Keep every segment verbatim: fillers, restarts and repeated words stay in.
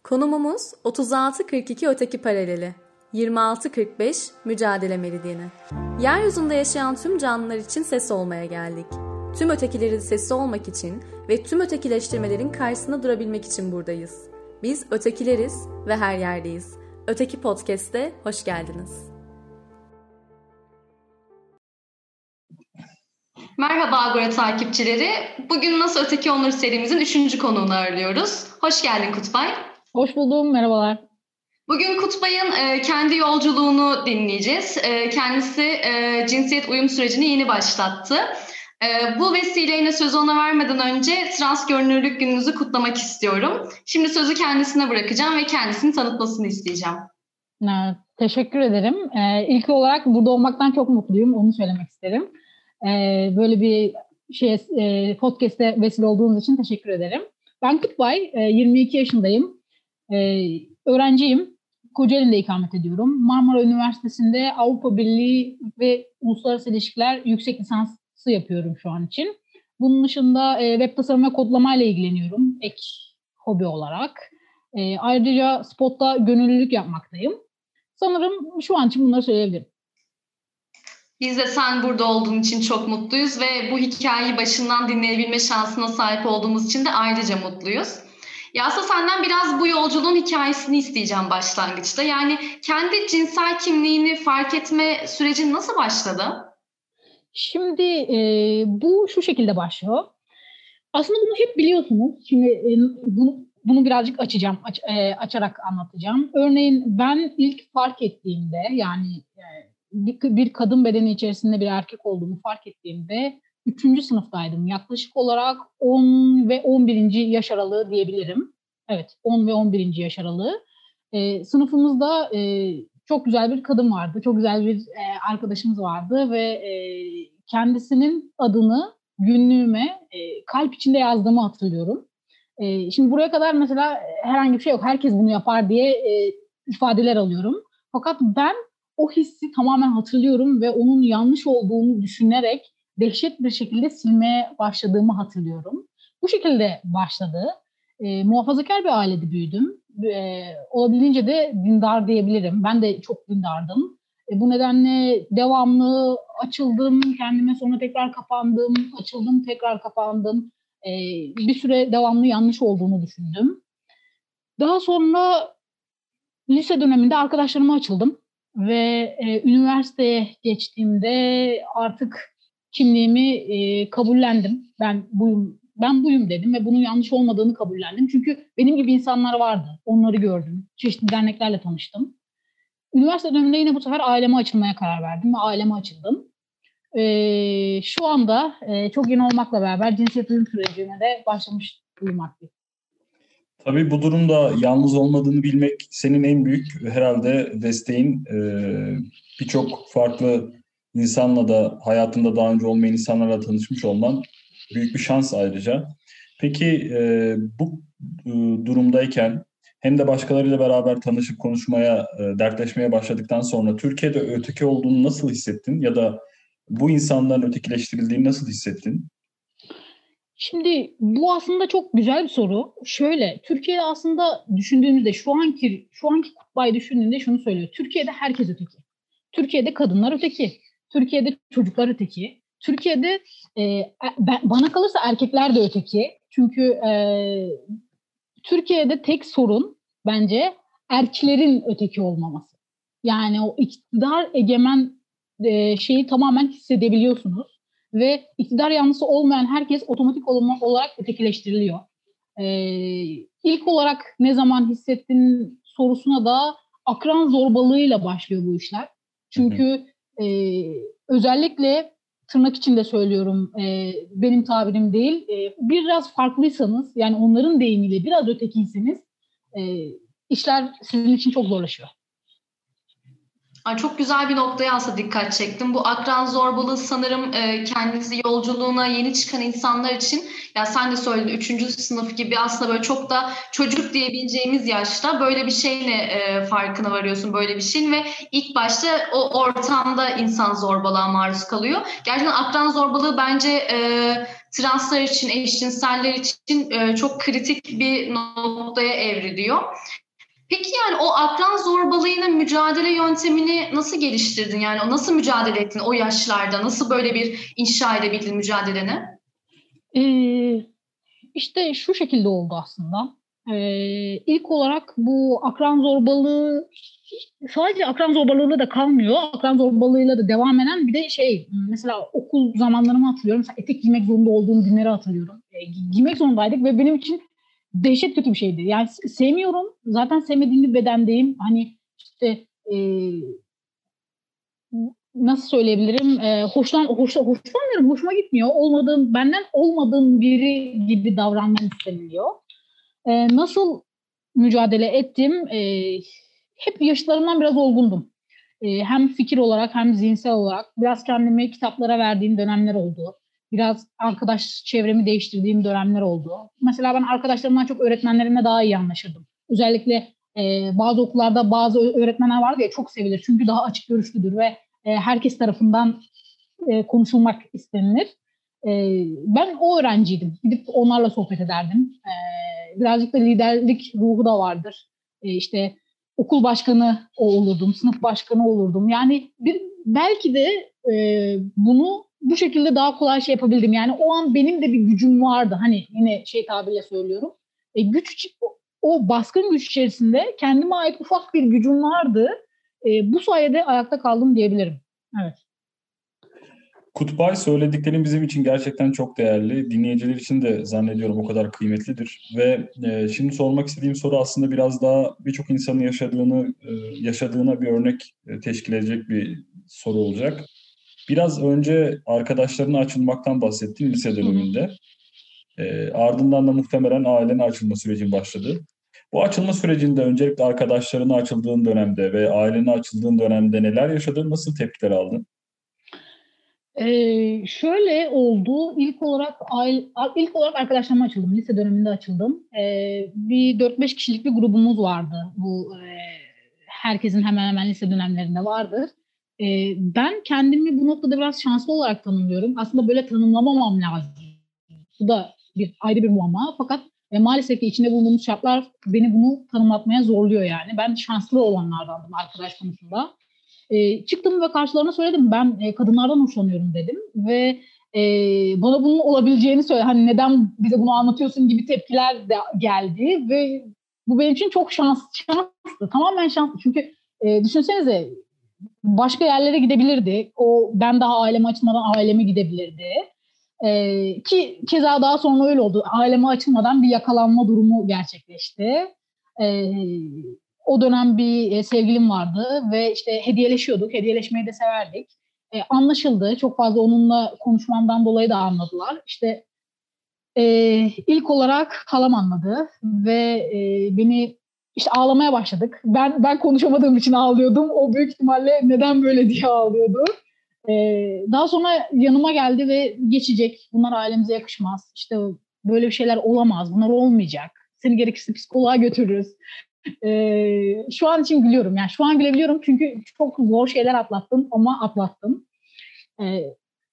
Konumumuz otuz altı kırk iki öteki paraleli, yirmi altı kırk beş mücadele meridyeni. Yeryüzünde yaşayan tüm canlılar için ses olmaya geldik. Tüm ötekilerin sesi olmak için ve tüm ötekileştirmelerin karşısında durabilmek için buradayız. Biz ötekileriz ve her yerdeyiz. Öteki Podcast'e hoş geldiniz. Merhaba Agora takipçileri. Bugün Nasıl Öteki Onur serimizin üçüncü konuğunu ağırlıyoruz. Hoş geldin Kutbay. Hoş buldum, merhabalar. Bugün Kutbay'ın e, kendi yolculuğunu dinleyeceğiz. E, kendisi e, cinsiyet uyum sürecini yeni başlattı. E, bu vesileyle sözü ona vermeden önce Trans Görünürlük Gününüzü kutlamak istiyorum. Şimdi sözü kendisine bırakacağım ve kendisini tanıtmasını isteyeceğim. Evet, teşekkür ederim. Ee, ilk olarak burada olmaktan çok mutluyum, onu söylemek isterim. Ee, böyle bir şey e, podcast'e vesile olduğunuz için teşekkür ederim. Ben Kutbay, e, yirmi iki yaşındayım. E, öğrenciyim. Kocaeli'nde ikamet ediyorum. Marmara Üniversitesi'nde Avrupa Birliği ve Uluslararası İlişkiler yüksek lisansı yapıyorum şu an için. Bunun dışında e, web tasarım ve kodlamayla ilgileniyorum ek hobi olarak. E, ayrıca Spot'ta gönüllülük yapmaktayım. Sanırım şu an için bunları söyleyebilirim. Biz de sen burada olduğun için çok mutluyuz ve bu hikayeyi başından dinleyebilme şansına sahip olduğumuz için de ayrıca mutluyuz. Ya aslında senden biraz bu yolculuğun hikayesini isteyeceğim başlangıçta. Yani kendi cinsel kimliğini fark etme süreci nasıl başladı? Şimdi e, bu şu şekilde başlıyor. Aslında bunu hep biliyorsunuz. Şimdi e, bunu, bunu birazcık açacağım, aç, e, açarak anlatacağım. Örneğin ben ilk fark ettiğimde, yani e, bir, bir kadın bedeni içerisinde bir erkek olduğumu fark ettiğimde üçüncü sınıftaydım. Yaklaşık olarak on ve on birinci yaş aralığı diyebilirim. Evet, on ve on birinci yaş aralığı. E, sınıfımızda e, çok güzel bir kadın vardı. Çok güzel bir e, arkadaşımız vardı ve e, kendisinin adını günlüğüme e, kalp içinde yazdığımı hatırlıyorum. E, şimdi buraya kadar mesela herhangi bir şey yok. Herkes bunu yapar diye e, ifadeler alıyorum. Fakat ben o hissi tamamen hatırlıyorum ve onun yanlış olduğunu düşünerek dehşet bir şekilde silmeye başladığımı hatırlıyorum. Bu şekilde başladı. E, muhafazakar bir ailede büyüdüm. E, olabildiğince de dindar diyebilirim. Ben de çok dindardım. E, bu nedenle devamlı açıldım, kendime sonra tekrar kapandım, açıldım, tekrar kapandım. E, bir süre devamlı yanlış olduğunu düşündüm. Daha sonra lise döneminde arkadaşlarıma açıldım ve e, üniversiteye geçtiğimde artık kimliğimi e, kabullendim. Ben buyum, ben buyum dedim ve bunun yanlış olmadığını kabullendim. Çünkü benim gibi insanlar vardı. Onları gördüm. Çeşitli derneklerle tanıştım. Üniversite döneminde yine bu sefer aileme açılmaya karar verdim ve aileme açıldım. Ee, şu anda e, çok yeni olmakla beraber cinsiyet uyum sürecine de başlamış bulunmaktayım. Tabii bu durumda yalnız olmadığını bilmek senin en büyük herhalde desteğin. Ee, birçok farklı insanla da hayatında daha önce olmayan insanlarla tanışmış olman büyük bir şans ayrıca. Peki e, bu e, durumdayken hem de başkalarıyla beraber tanışıp konuşmaya, e, dertleşmeye başladıktan sonra Türkiye'de öteki olduğunu nasıl hissettin ya da bu insanların ötekileştirildiğini nasıl hissettin? Şimdi bu aslında çok güzel bir soru. Şöyle, Türkiye'de aslında düşündüğümüzde şu anki şu anki Kutbay düşündüğünde şunu söylüyor. Türkiye'de herkes öteki. Türkiye'de kadınlar öteki. Türkiye'de çocuklar öteki. Türkiye'de e, ben, bana kalırsa erkekler de öteki. Çünkü e, Türkiye'de tek sorun bence erkeklerin öteki olmaması. Yani o iktidar egemen e, şeyi tamamen hissedebiliyorsunuz. Ve iktidar yanlısı olmayan herkes otomatik olarak ötekileştiriliyor. Ee, ilk olarak ne zaman hissettin sorusuna da akran zorbalığıyla başlıyor bu işler. Çünkü e, özellikle tırnak içinde söylüyorum, e, benim tabirim değil, e, biraz farklıysanız, yani onların deyimiyle biraz ötekiyseniz e, işler sizin için çok zorlaşıyor. Ay, çok güzel bir noktaya aslında dikkat çektim. Bu akran zorbalığı sanırım e, kendisi yolculuğuna yeni çıkan insanlar için, ya sen de söyledin, üçüncü sınıf gibi aslında böyle çok da çocuk diyebileceğimiz yaşta böyle bir şeyle e, farkına varıyorsun, böyle bir şeyin ve ilk başta o ortamda insan zorbalığa maruz kalıyor. Gerçekten akran zorbalığı bence e, translar için, eşcinseller için e, çok kritik bir noktaya evriliyor. Peki yani o akran zorbalığıyla mücadele yöntemini nasıl geliştirdin? Yani o nasıl mücadele ettin o yaşlarda? Nasıl böyle bir inşa edebildin mücadeleni? Ee, işte şu şekilde oldu aslında. Ee, ilk olarak bu akran zorbalığı sadece akran zorbalığıyla da kalmıyor. Akran zorbalığıyla da devam eden bir de şey, mesela okul zamanlarımı hatırlıyorum. Mesela etek giymek zorunda olduğum günleri hatırlıyorum. E, giymek zorundaydık ve benim için dehşet kötü bir şeydi. Yani sevmiyorum. Zaten sevmediğim bir bedendeyim. Hani işte e, nasıl söyleyebilirim? E, hoşlan, hoş, hoşlanmıyorum. Hoşuma gitmiyor. Olmadığım, benden olmadığım biri gibi davranmam isteniliyor. E, nasıl mücadele ettim? E, hep yaşlarımdan biraz olgundum. E, hem fikir olarak hem zihinsel olarak biraz kendimi kitaplara verdiğim dönemler oldu. Biraz arkadaş çevremi değiştirdiğim dönemler oldu. Mesela ben arkadaşlarımdan çok öğretmenlerimle daha iyi anlaşırdım. Özellikle e, bazı okullarda bazı öğretmenler vardı ya, çok sevilir. Çünkü daha açık görüşlüdür ve e, herkes tarafından e, konuşulmak istenilir. E, ben o öğrenciydim. Gidip onlarla sohbet ederdim. E, birazcık da liderlik ruhu da vardır. E, işte okul başkanı o olurdum, sınıf başkanı olurdum. Yani bir, belki de e, bunu bu şekilde daha kolay şey yapabildim. Yani o an benim de bir gücüm vardı. Hani yine şey tabirle söylüyorum. E, güç o baskın güç içerisinde kendime ait ufak bir gücüm vardı. E, bu sayede ayakta kaldım diyebilirim. Evet. Kutbay, söylediklerin bizim için gerçekten çok değerli. Dinleyiciler için de zannediyorum o kadar kıymetlidir. Ve e, şimdi sormak istediğim soru aslında biraz daha birçok insanın yaşadığını e, yaşadığına bir örnek e, teşkil edecek bir soru olacak. Biraz önce arkadaşlarına açılmaktan bahsettin lise döneminde. E, ardından da muhtemelen ailene açılma sürecin başladı. Bu açılma sürecinde öncelikle arkadaşlarına açıldığın dönemde ve ailene açıldığın dönemde neler yaşadın, nasıl tepkiler aldın? Ee, şöyle oldu. İlk olarak aile, ilk olarak arkadaşlarıma açıldım. Lise döneminde açıldım. Ee, bir dört beş kişilik bir grubumuz vardı. Bu e, herkesin hemen hemen lise dönemlerinde vardır. Ee, ben kendimi bu noktada biraz şanslı olarak tanımlıyorum. Aslında böyle tanımlamamam lazım. Bu da bir ayrı bir muamma. Fakat e, maalesef ki içinde bulunduğumuz şartlar beni bunu tanımlatmaya zorluyor yani. Ben şanslı olanlardandım arkadaş konusunda. E, çıktım ve karşılarına söyledim. Ben e, kadınlardan hoşlanıyorum dedim. Ve e, bana bunun olabileceğini söyledi. Hani neden bize bunu anlatıyorsun gibi tepkiler de geldi. Ve bu benim için çok şans, şanslı. Tamamen şanslı. Çünkü e, düşünsenize başka yerlere gidebilirdi. O ben daha aileme açılmadan aileme gidebilirdi. Ee, ki keza daha sonra öyle oldu. Aileme açılmadan bir yakalanma durumu gerçekleşti. Ee, o dönem bir e, sevgilim vardı ve işte hediyeleşiyorduk. Hediyeleşmeyi de severdik. Ee, anlaşıldı. Çok fazla onunla konuşmamdan dolayı da anladılar. İşte e, ilk olarak halam anladı ve e, beni işte ağlamaya başladık. Ben ben konuşamadığım için ağlıyordum. O büyük ihtimalle neden böyle diye ağlıyordu. Ee, daha sonra yanıma geldi ve geçecek. Bunlar ailemize yakışmaz. İşte böyle bir şeyler olamaz. Bunlar olmayacak. Seni gerekirse psikoloğa götürürüz. Ee, şu an için gülüyorum. Yani şu an gülebiliyorum çünkü çok zor şeyler atlattım ama atlattım. Ee,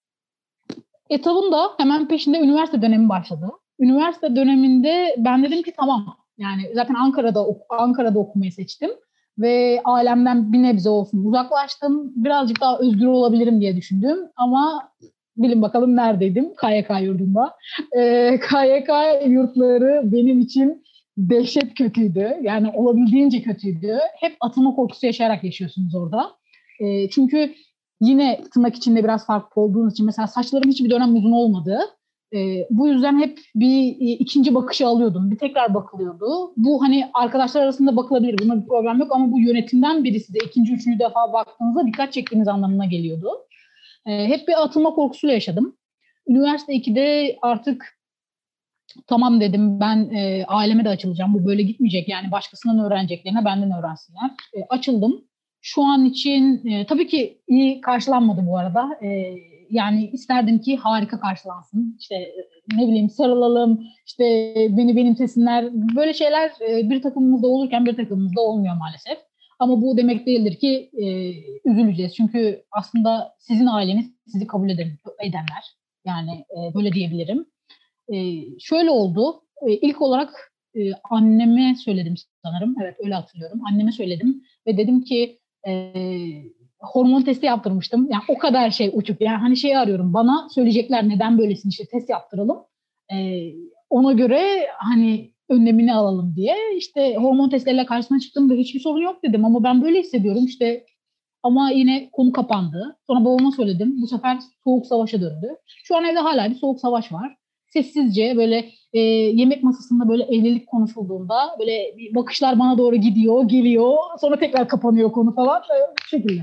etabın da hemen peşinde üniversite dönemi başladı. Üniversite döneminde ben dedim ki tamam. Yani zaten Ankara'da Ankara'da okumayı seçtim. Ve ailemden bir nebze olsun uzaklaştım. Birazcık daha özgür olabilirim diye düşündüm. Ama bilin bakalım neredeydim? K Y K yurdunda. Ee, K Y K yurtları benim için dehşet kötüydü. Yani olabildiğince kötüydü. Hep atılma korkusu yaşayarak yaşıyorsunuz orada. Ee, çünkü yine tırnak içinde biraz farklı olduğunuz için mesela saçlarım hiçbir dönem uzun olmadı. E, bu yüzden hep bir e, ikinci bakışı alıyordum. Bir tekrar bakılıyordu. Bu hani arkadaşlar arasında bakılabilir. Buna bir problem yok ama bu yönetimden birisi de ikinci, üçüncü defa baktığınızda dikkat çektiğiniz anlamına geliyordu. E, hep bir atılma korkusuyla yaşadım. Üniversite ikide artık tamam dedim, ben e, aileme de açılacağım. Bu böyle gitmeyecek. Yani başkasından öğreneceklerine benden öğrensinler. E, açıldım. Şu an için e, tabii ki iyi karşılanmadı bu arada. E, yani isterdim ki harika karşılansın. İşte ne bileyim sarılalım, işte beni benimsesinler. Böyle şeyler e, bir takımımızda olurken bir takımımızda olmuyor maalesef. Ama bu demek değildir ki e, üzüleceğiz. Çünkü aslında sizin aileniz sizi kabul eden, edenler. Yani e, böyle diyebilirim. E, şöyle oldu. E, ilk olarak e, anneme söyledim sanırım. Evet, öyle hatırlıyorum. Anneme söyledim ve dedim ki e, hormon testi yaptırmıştım. Yani o kadar şey uçuk. Yani hani şey arıyorum. Bana söyleyecekler neden böylesin, işte test yaptıralım. E, ona göre hani önlemini alalım diye. İşte hormon testleriyle karşısına çıktım ve hiçbir sorun yok dedim ama ben böyle hissediyorum işte. Ama yine konu kapandı. Sonra babama söyledim. Bu sefer soğuk savaşa döndü. Şu an evde hala bir soğuk savaş var. Sessizce böyle e, yemek masasında böyle evlilik konuşulduğunda böyle bakışlar bana doğru gidiyor, geliyor. Sonra tekrar kapanıyor konu falan. E, bu şekilde.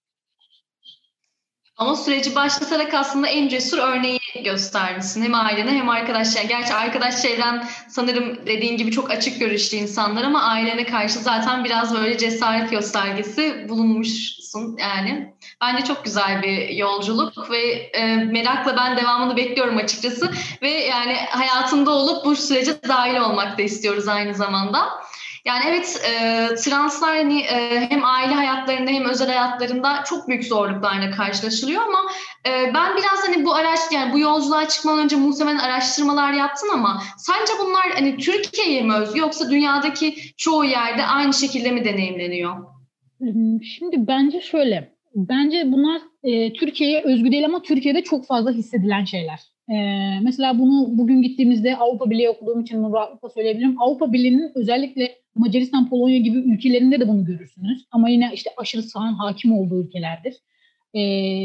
Ama süreci başlatarak aslında en cesur örneği göstermişsin. Hem ailene hem arkadaşlar. Gerçi arkadaş çevren sanırım dediğin gibi çok açık görüşlü insanlar ama ailene karşı zaten biraz böyle cesaret göstergesi bulunmuşsun yani. Bence çok güzel bir yolculuk ve e, merakla ben devamını bekliyorum açıkçası. Ve yani hayatında olup bu sürece dahil olmak da istiyoruz aynı zamanda. Yani evet, e, translar hani, e, hem aile hayatlarında hem özel hayatlarında çok büyük zorluklarla karşılaşılıyor ama e, ben biraz hani bu araç yani bu yolculuğa çıkmadan önce muhtemelen araştırmalar yaptın ama sence bunlar hani Türkiye'ye mi özgü yoksa dünyadaki çoğu yerde aynı şekilde mi deneyimleniyor? Şimdi bence şöyle, bence bunlar e, Türkiye'ye özgü değil ama Türkiye'de çok fazla hissedilen şeyler. E, mesela bunu bugün gittiğimizde Avrupa Birliği okuduğum için bunu rahatlıkla söyleyebilirim. Avrupa Birliği'nin özellikle Macaristan, Polonya gibi ülkelerinde de bunu görürsünüz. Ama yine işte aşırı sağın hakim olduğu ülkelerdir. E,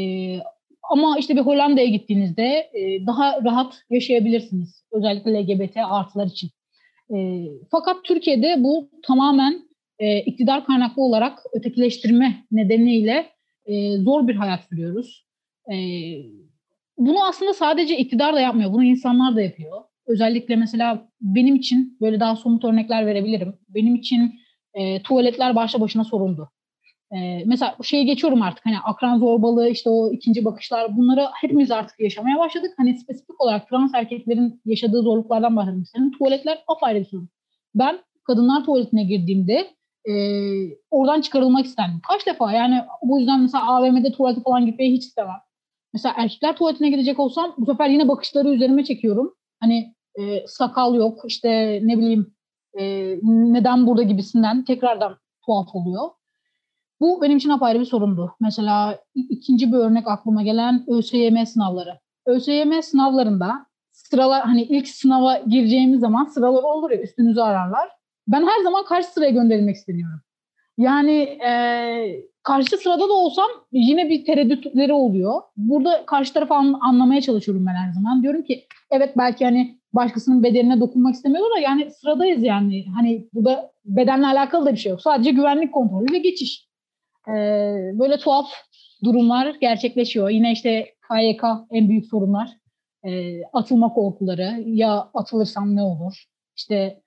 ama işte bir Hollanda'ya gittiğinizde e, daha rahat yaşayabilirsiniz. Özellikle L G B T artılar için. E, fakat Türkiye'de bu tamamen e, iktidar kaynaklı olarak ötekileştirme nedeniyle e, zor bir hayat sürüyoruz. E, bunu aslında sadece iktidar da yapmıyor. Bunu insanlar da yapıyor. Özellikle mesela benim için böyle daha somut örnekler verebilirim. Benim için e, tuvaletler başlı başına sorundu. E, mesela şeye geçiyorum artık hani akran zorbalığı, işte o ikinci bakışlar, bunları hepimiz artık yaşamaya başladık. Hani spesifik olarak trans erkeklerin yaşadığı zorluklardan bahsetmek istedim. Tuvaletler apayrı bir sorun. Ben kadınlar tuvaletine girdiğimde e, oradan çıkarılmak istendim. Kaç defa yani, bu yüzden mesela A V M'de tuvalete falan gitmeyi hiç istemem. Mesela erkekler tuvaletine gidecek olsam bu sefer yine bakışları üzerime çekiyorum. Hani e, sakal yok işte ne bileyim e, neden burada gibisinden tekrardan tuhaf oluyor. Bu benim için apayrı bir sorundu. Mesela ikinci bir örnek aklıma gelen ÖSYM sınavları. ÖSYM sınavlarında sıralar, hani ilk sınava gireceğimiz zaman sıralar olur ya, üstünüzü ararlar. Ben her zaman karşı sıraya gönderilmek isteniyorum. Yani e, karşı sırada da olsam yine bir tereddütleri oluyor. Burada karşı tarafı anlamaya çalışıyorum ben her zaman. Diyorum ki evet, belki hani başkasının bedenine dokunmak istemiyorlar da yani sıradayız yani. Hani burada bedenle alakalı da bir şey yok. Sadece güvenlik kontrolü ve geçiş. E, böyle tuhaf durumlar gerçekleşiyor. Yine işte K Y K en büyük sorunlar. E, atılma korkuları. Ya atılırsam ne olur? İşte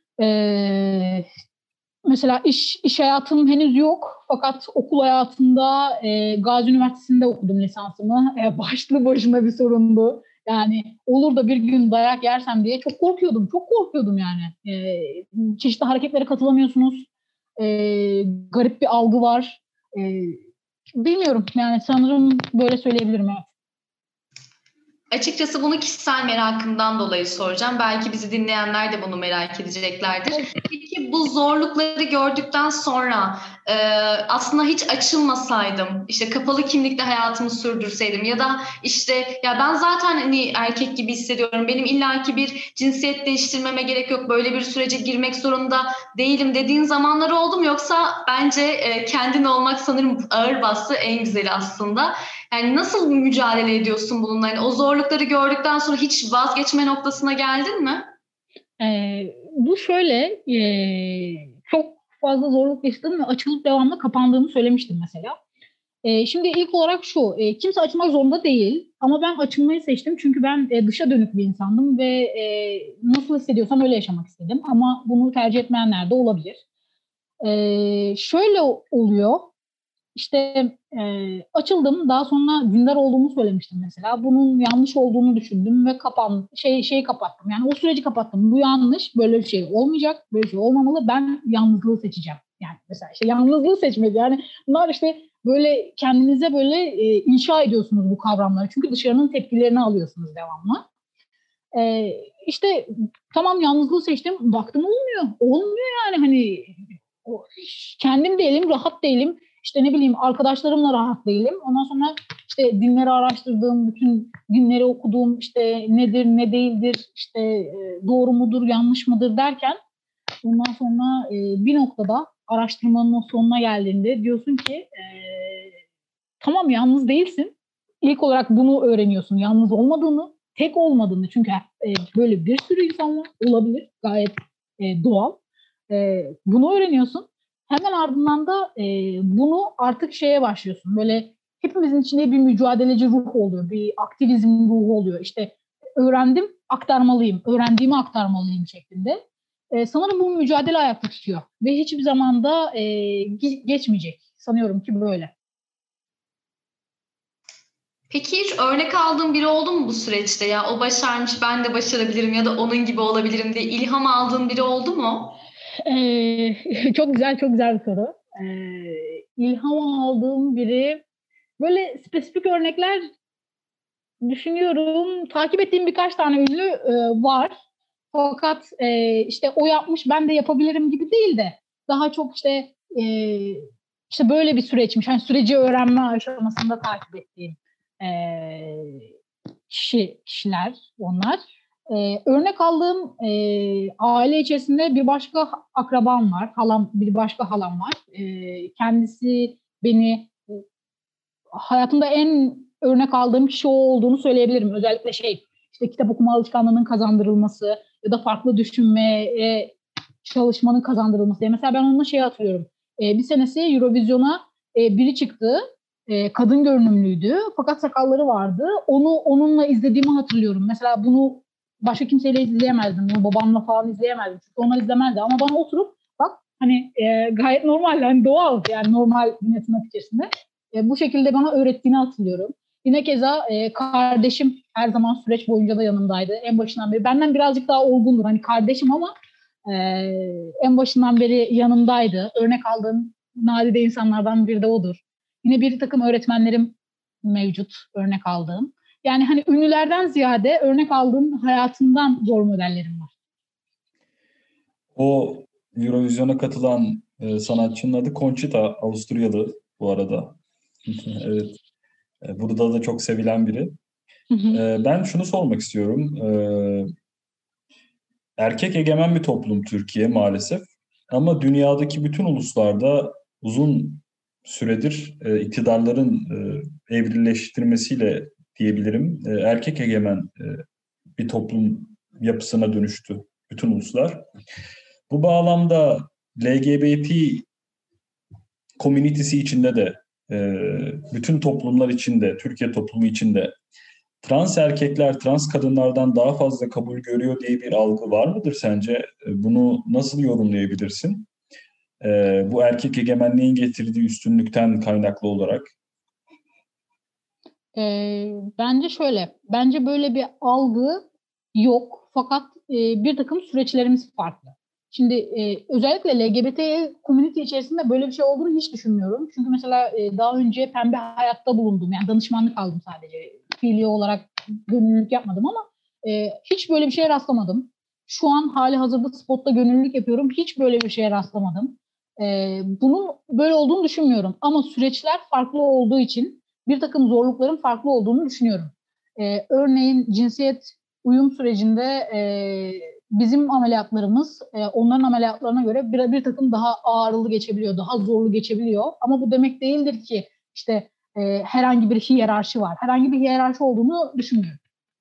eee mesela iş iş hayatım henüz yok. Fakat okul hayatında e, Gazi Üniversitesi'nde okudum lisansımı. E, başlı başına bir sorundu. Yani olur da bir gün dayak yersem diye çok korkuyordum. Çok korkuyordum yani. E, çeşitli hareketlere katılamıyorsunuz. E, garip bir algı var. E, bilmiyorum yani, sanırım böyle söyleyebilirim. Evet. Açıkçası bunu kişisel merakımdan dolayı soracağım. Belki bizi dinleyenler de bunu merak edeceklerdir. Peki bu zorlukları gördükten sonra e, aslında hiç açılmasaydım, işte kapalı kimlikle hayatımı sürdürseydim ya da işte ya ben zaten hani erkek gibi hissediyorum, benim illaki bir cinsiyet değiştirmeme gerek yok, böyle bir sürece girmek zorunda değilim dediğin zamanlar oldu mu? Yoksa bence e, kendin olmak sanırım ağır bastı, en güzeli aslında. Yani nasıl mücadele ediyorsun bununla? Yani o zorlukları gördükten sonra hiç vazgeçme noktasına geldin mi? Ee, bu şöyle, e, çok fazla zorluk yaşadım ve açılıp devamlı kapandığımı söylemiştim mesela. E, şimdi ilk olarak şu, e, kimse açılmak zorunda değil ama ben açılmayı seçtim çünkü ben e, dışa dönük bir insandım ve e, nasıl hissediyorsam öyle yaşamak istedim ama bunu tercih etmeyenler de olabilir. E, şöyle oluyor. İşte e, açıldım. Daha sonra dindar olduğumu söylemiştim mesela. Bunun yanlış olduğunu düşündüm ve kapan şey şeyi kapattım. Yani o süreci kapattım. Bu yanlış. Böyle bir şey olmayacak. Böyle bir şey olmamalı. Ben yalnızlığı seçeceğim. Yani mesela işte yalnızlığı seçmek. Yani bunlar işte böyle kendinize böyle e, inşa ediyorsunuz bu kavramları. Çünkü dışarının tepkilerini alıyorsunuz devamlı. E, işte tamam yalnızlığı seçtim. Baktım olmuyor. Olmuyor yani hani kendim değilim, rahat değilim. İşte ne bileyim arkadaşlarımla rahat değilim. Ondan sonra işte dinleri araştırdığım, bütün dinleri okuduğum işte nedir, ne değildir, işte doğru mudur, yanlış mıdır derken ondan sonra e, bir noktada araştırmanın sonuna geldiğinde diyorsun ki e, tamam yalnız değilsin. İlk olarak bunu öğreniyorsun. Yalnız olmadığını, tek olmadığını. Çünkü e, böyle bir sürü insan var. Olabilir. Gayet e, doğal. E, bunu öğreniyorsun. Hemen ardından da e, bunu artık şeye başlıyorsun. Böyle hepimizin içinde bir mücadeleci ruh oluyor. Bir aktivizm ruhu oluyor. İşte öğrendim, aktarmalıyım. Öğrendiğimi aktarmalıyım şeklinde. E, sanırım bu mücadele ayakta tutuyor. Ve hiçbir zaman da e, geçmeyecek. Sanıyorum ki böyle. Peki hiç örnek aldığın biri oldu mu bu süreçte? Ya o başarmış, ben de başarabilirim ya da onun gibi olabilirim diye ilham aldığın biri oldu mu? Ee, çok güzel, çok güzel bir soru. Ee, ilham aldığım biri, böyle spesifik örnekler düşünüyorum. Takip ettiğim birkaç tane ünlü e, var. Fakat e, işte o yapmış, ben de yapabilirim gibi değil de daha çok işte e, işte böyle bir süreçmiş. Yani süreci öğrenme aşamasında takip ettiğim e, kişi kişiler onlar. Ee, örnek aldığım e, aile içerisinde bir başka akrabam var, halam bir başka halam var. E, kendisi beni e, hayatımda en örnek aldığım kişi o olduğunu söyleyebilirim. Özellikle şey, işte kitap okuma alışkanlığının kazandırılması ya da farklı düşünmeye çalışmanın kazandırılması diye. Mesela ben onunla şeyi hatırlıyorum. E, bir senesi Eurovision'a e, biri çıktı. E, kadın görünümlüydü. Fakat sakalları vardı. Onu onunla izlediğimi hatırlıyorum. Mesela bunu başka kimseyle izleyemezdim. Bunu babamla falan izleyemezdim. Çünkü onlar izlemezdi. Ama bana oturup bak hani e, gayet normal, yani doğal, yani normal bir tırnak içerisinde. E, bu şekilde bana öğrettiğini hatırlıyorum. Yine keza e, kardeşim her zaman süreç boyunca da yanımdaydı. En başından beri. Benden birazcık daha olgundur. Hani kardeşim ama e, en başından beri yanımdaydı. Örnek aldığım nadide insanlardan biri de odur. Yine bir takım öğretmenlerim mevcut, örnek aldığım. Yani hani ünlülerden ziyade örnek aldığım hayatımdan rol modellerim var. O Eurovision'a katılan e, sanatçının adı Conchita, Avusturyalı bu arada. Evet. E, burada da çok sevilen biri. Hı hı. E, ben şunu sormak istiyorum. E, erkek egemen bir toplum Türkiye maalesef. Ama dünyadaki bütün uluslarda uzun süredir e, iktidarların e, evrileştirmesiyle diyebilirim. E, erkek egemen e, bir toplum yapısına dönüştü bütün uluslar. Bu bağlamda L G B T komünitesi içinde de e, bütün toplumlar içinde, Türkiye toplumu içinde trans erkekler trans kadınlardan daha fazla kabul görüyor diye bir algı var mıdır sence? E, bunu nasıl yorumlayabilirsin? E, bu erkek egemenliğin getirdiği üstünlükten kaynaklı olarak. E, bence şöyle, bence böyle bir algı yok. Fakat e, bir takım süreçlerimiz farklı. Şimdi e, özellikle L G B T community içerisinde böyle bir şey olduğunu hiç düşünmüyorum. Çünkü mesela e, daha önce Pembe Hayat'ta bulundum. Yani danışmanlık aldım sadece. Fiili olarak gönüllülük yapmadım ama e, hiç böyle bir şeye rastlamadım. Şu an hali hazırda Spot'ta gönüllülük yapıyorum. Hiç böyle bir şeye rastlamadım. E, bunun böyle olduğunu düşünmüyorum. Ama süreçler farklı olduğu için bir takım zorlukların farklı olduğunu düşünüyorum. E, örneğin cinsiyet uyum sürecinde e, bizim ameliyatlarımız e, onların ameliyatlarına göre bir, bir takım daha ağrılı geçebiliyor, daha zorlu geçebiliyor. Ama bu demek değildir ki işte e, herhangi bir hiyerarşi var. Herhangi bir hiyerarşi olduğunu düşünmüyorum.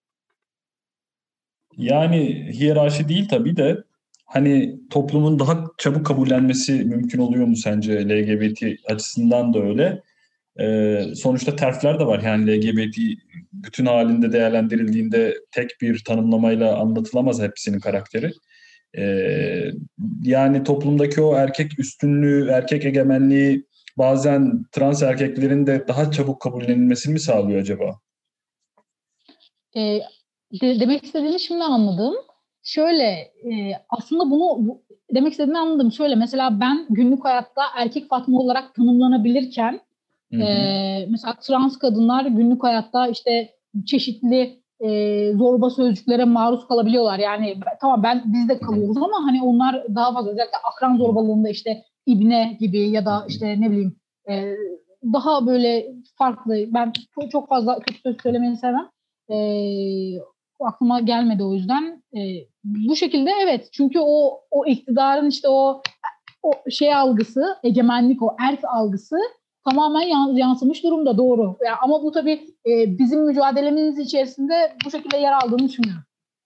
Yani hiyerarşi değil tabii de hani toplumun daha çabuk kabullenmesi mümkün oluyor mu sence L G B T açısından da öyle? Ee, sonuçta terfler de var. Yani L G B T bütün halinde değerlendirildiğinde tek bir tanımlamayla anlatılamaz hepsinin karakteri. Ee, yani toplumdaki o erkek üstünlüğü, erkek egemenliği bazen trans erkeklerin de daha çabuk kabullenilmesini mi sağlıyor acaba? E, de, demek istediğini şimdi anladım. Şöyle e, aslında bunu bu, demek istediğini anladım. Şöyle mesela ben günlük hayatta erkek Fatma olarak tanımlanabilirken Hı hı. Ee, mesela trans kadınlar günlük hayatta işte çeşitli e, zorba sözcüklere maruz kalabiliyorlar. Yani tamam ben biz de kalıyoruz ama hani onlar daha fazla, özellikle akran zorbalığında işte ibne gibi ya da işte ne bileyim e, daha böyle farklı, ben çok, çok fazla kötü söz söylemeyi sevmem. E, aklıma gelmedi o yüzden. E, bu şekilde evet, çünkü o o iktidarın işte o o şey algısı, egemenlik, o erk algısı tamamen yansımış durumda, doğru. Yani ama bu tabii e, bizim mücadelemiz içerisinde bu şekilde yer aldığını düşünüyorum.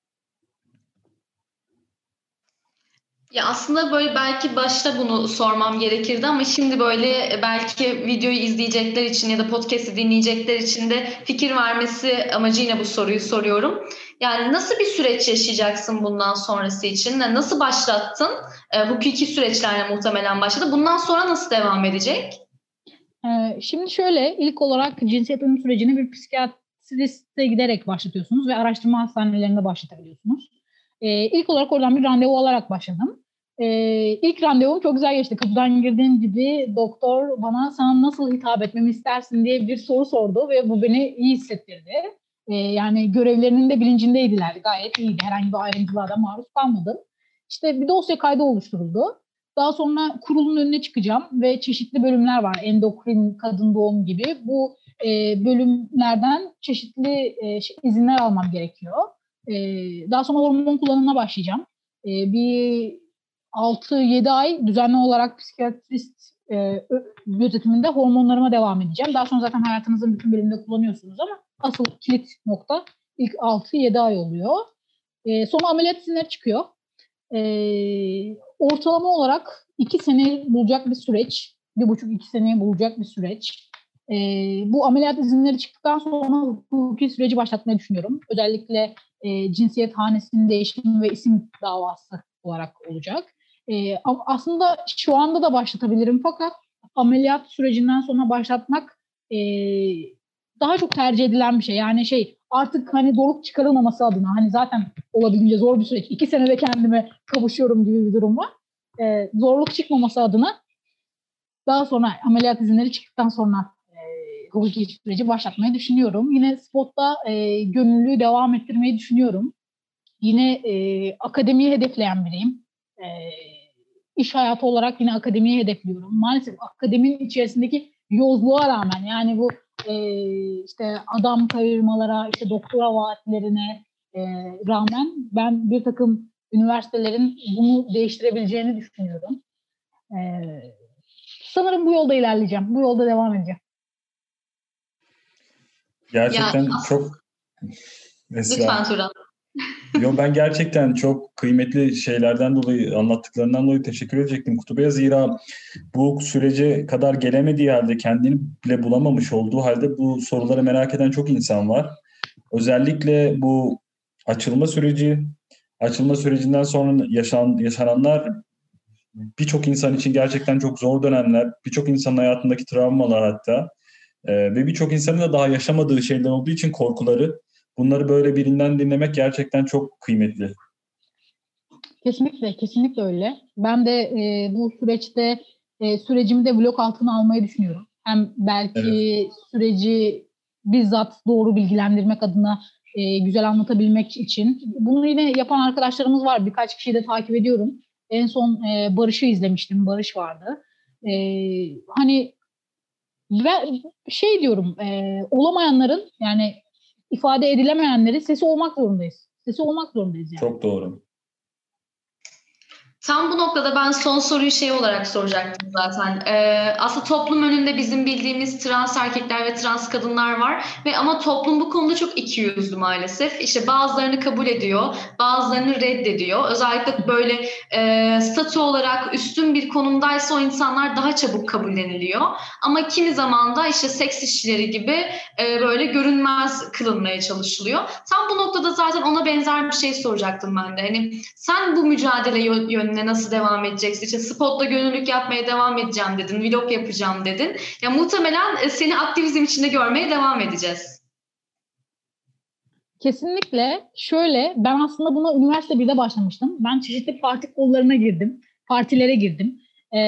Ya aslında böyle belki başta bunu sormam gerekirdi ama şimdi böyle belki videoyu izleyecekler için ya da podcast'i dinleyecekler için de fikir vermesi amacıyla bu soruyu soruyorum. Yani nasıl bir süreç yaşayacaksın bundan sonrası için? Nasıl başlattın? E, hukuki süreçlerle muhtemelen başladı. Bundan sonra nasıl devam edecek? Ee, şimdi şöyle, ilk olarak cinsiyet uyum sürecini bir psikiyatriste giderek başlatıyorsunuz ve araştırma hastanelerinde başlatabiliyorsunuz. Ee, ilk olarak oradan bir randevu alarak başladım. Ee, ilk randevum çok güzel geçti. Kapıdan girdiğim gibi doktor bana sana nasıl hitap etmemi istersin diye bir soru sordu ve bu beni iyi hissettirdi. Ee, yani görevlerinin de bilincindeydiler. Gayet iyiydi. Herhangi bir ayrıntılara da maruz kalmadım. İşte bir dosya kaydı oluşturuldu. Daha sonra kurulun önüne çıkacağım ve çeşitli bölümler var. Endokrin, kadın doğum gibi. Bu e, bölümlerden çeşitli e, izinler almam gerekiyor. E, daha sonra hormon kullanımına başlayacağım. E, bir altı yedi ay düzenli olarak psikiyatrist e, gözetiminde hormonlarıma devam edeceğim. Daha sonra zaten hayatınızın bütün bölümünde kullanıyorsunuz ama asıl kilit nokta ilk altı yedi ay oluyor. E, sonra ameliyat izinleri çıkıyor. Ee, ortalama olarak iki sene bulacak bir süreç. Bir buçuk iki seneye bulacak bir süreç. Ee, bu ameliyat izinleri çıktıktan sonra hukuki süreci başlatmayı düşünüyorum. Özellikle e, cinsiyet hanesinin değişimi ve isim davası olarak olacak. Ee, aslında şu anda da başlatabilirim fakat ameliyat sürecinden sonra başlatmak e, daha çok tercih edilen bir şey. Yani şey, artık hani zorluk çıkarılmaması adına, hani zaten olabildiğince zor bir süreç. İki senede kendime kavuşuyorum gibi bir durum var. Ee, zorluk çıkmaması adına daha sonra ameliyat izinleri çıktıktan sonra e, hukuki süreci başlatmayı düşünüyorum. Yine spotta e, gönüllüyü devam ettirmeyi düşünüyorum. Yine e, akademiyi hedefleyen biriyim. E, iş hayatı olarak yine akademiyi hedefliyorum. Maalesef akademinin içerisindeki yozluğa rağmen, yani bu e, işte adam kayırmalara, işte doktora vaatlerine e, rağmen ben bir takım üniversitelerin bunu değiştirebileceğini düşünüyorum. E, sanırım bu yolda ilerleyeceğim. Bu yolda devam edeceğim. Gerçekten ya, çok... Esra. Lütfen Turan. Yo, ben gerçekten çok kıymetli şeylerden dolayı, anlattıklarından dolayı teşekkür edecektim Kutuba'ya. Zira bu sürece kadar gelemediği halde, kendini bile bulamamış olduğu halde bu soruları merak eden çok insan var. Özellikle bu açılma süreci, açılma sürecinden sonra yaşan, yaşananlar birçok insan için gerçekten çok zor dönemler. Birçok insanın hayatındaki travmalar hatta. Ee, ve birçok insanın da daha yaşamadığı şeyler olduğu için korkuları. Bunları böyle birinden dinlemek gerçekten çok kıymetli. Kesinlikle, kesinlikle öyle. Ben de e, bu süreçte e, sürecimi de blok altına almayı düşünüyorum. Hem belki evet. süreci bizzat doğru bilgilendirmek adına e, güzel anlatabilmek için. Bunu yine yapan arkadaşlarımız var. Birkaç kişiyi de takip ediyorum. En son e, Barış'ı izlemiştim. Barış vardı. E, hani ve şey diyorum, e, olamayanların, yani ifade edilemeyenleri sesi olmak zorundayız. Sesi olmak zorundayız yani. Çok doğru. Tam bu noktada ben son soruyu şey olarak soracaktım zaten. Ee, aslında toplum önünde bizim bildiğimiz trans erkekler ve trans kadınlar var ve ama toplum bu konuda çok ikiyüzlü maalesef. İşte bazılarını kabul ediyor, bazılarını reddediyor. Özellikle böyle e, statü olarak üstün bir konumdaysa o insanlar daha çabuk kabulleniliyor. Ama kimi zaman da işte seks işçileri gibi e, böyle görünmez kılınmaya çalışılıyor. Tam bu noktada zaten ona benzer bir şey soracaktım ben de. Hani sen bu mücadele yönünde nasıl devam edeceksin? İşte spotla gönüllülük yapmaya devam edeceğim dedin, vlog yapacağım dedin. Ya muhtemelen seni aktivizm içinde görmeye devam edeceğiz. Kesinlikle. Şöyle, ben aslında buna üniversite birde başlamıştım. Ben çeşitli parti kollarına girdim, partilere girdim.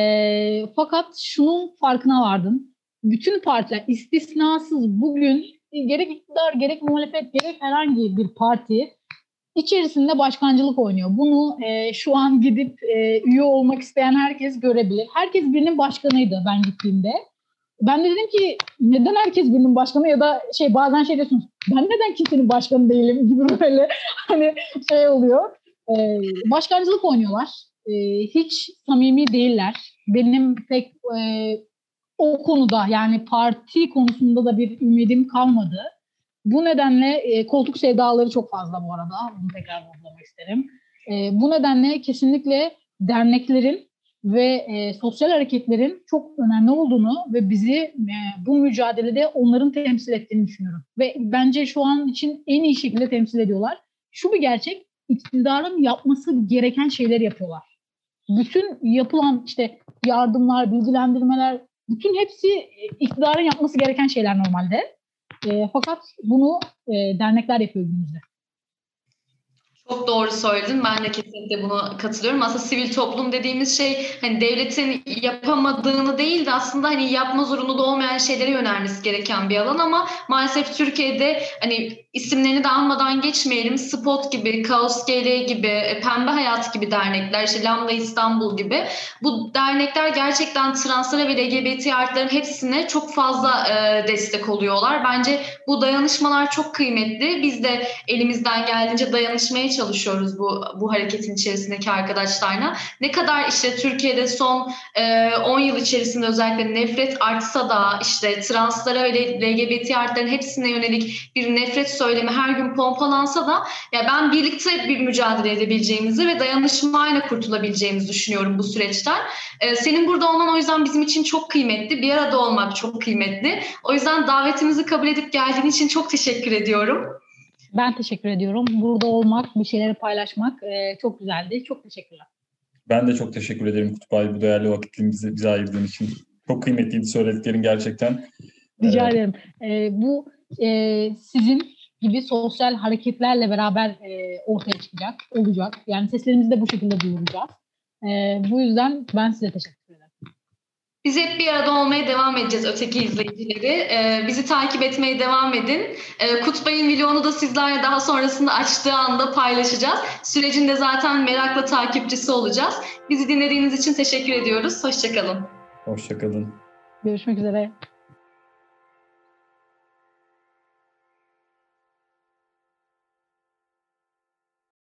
E, fakat şunun farkına vardım. Bütün partiler istisnasız bugün gerek iktidar, gerek muhalefet, gerek herhangi bir parti içerisinde başkancılık oynuyor. Bunu e, şu an gidip e, üye olmak isteyen herkes görebilir. Herkes birinin başkanıydı ben gittiğimde. Ben de dedim ki neden herkes birinin başkanı ya da şey bazen şey diyorsunuz ben neden kimsenin başkanı değilim gibi böyle hani şey oluyor. Ee, başkancılık oynuyorlar. Ee, hiç samimi değiller. Benim pek e, o konuda yani parti konusunda da bir ümidim kalmadı. Bu nedenle e, koltuk sevdaları çok fazla bu arada. Bunu tekrar vurgulamak isterim. E, bu nedenle kesinlikle derneklerin ve e, sosyal hareketlerin çok önemli olduğunu ve bizi e, bu mücadelede onların temsil ettiğini düşünüyorum. Ve bence şu an için en iyi şekilde temsil ediyorlar. Şu bir gerçek, iktidarın yapması gereken şeyleri yapıyorlar. Bütün yapılan işte yardımlar, bilgilendirmeler, bütün hepsi iktidarın yapması gereken şeyler normalde. E, fakat bunu e, dernekler yapıyor günümüzde. Çok doğru söyledin. Ben de kesinlikle buna katılıyorum. Aslında sivil toplum dediğimiz şey hani devletin yapamadığını değil de aslında hani yapma zorunluluğu olmayan şeylere yönelmesi gereken bir alan ama maalesef Türkiye'de hani isimlerini de almadan geçmeyelim. Spot gibi, Kaos G L gibi, Pembe Hayat gibi dernekler, işte Lambda İstanbul gibi. Bu dernekler gerçekten translara ve L G B T artıların hepsine çok fazla e, destek oluyorlar. Bence bu dayanışmalar çok kıymetli. Biz de elimizden geldiğince dayanışmaya çalışıyoruz bu bu hareketin içerisindeki arkadaşlarla. Ne kadar işte Türkiye'de son e, on yıl içerisinde özellikle nefret artsa da işte translara ve L G B T artıların hepsine yönelik bir nefret söylemi her gün pompalansa da ya ben birlikte bir mücadele edebileceğimizi ve dayanışmayla kurtulabileceğimizi düşünüyorum bu süreçten. E, senin burada olman o yüzden bizim için çok kıymetli. Bir arada olmak çok kıymetli. O yüzden davetimizi kabul edip geldiğin için çok teşekkür ediyorum. Ben teşekkür ediyorum. Burada olmak, bir şeyleri paylaşmak e, çok güzeldi. Çok teşekkürler. Ben de çok teşekkür ederim Kutup, bu değerli vakitini bize, bize ayırdığın için. Çok kıymetliydi söylediklerin gerçekten. Rica ee, ederim. E, bu e, sizin gibi sosyal hareketlerle beraber e, ortaya çıkacak, olacak. Yani seslerimizi de bu şekilde duyuracağız. E, bu yüzden ben size teşekkür ederim. Biz hep bir arada olmaya devam edeceğiz öteki izleyicileri. Ee, bizi takip etmeye devam edin. Ee, Kutbay'ın vlogunu da sizlerle daha sonrasında açtığı anda paylaşacağız. Sürecin de zaten merakla takipçisi olacağız. Bizi dinlediğiniz için teşekkür ediyoruz. Hoşça kalın. Hoşça kalın. Görüşmek üzere.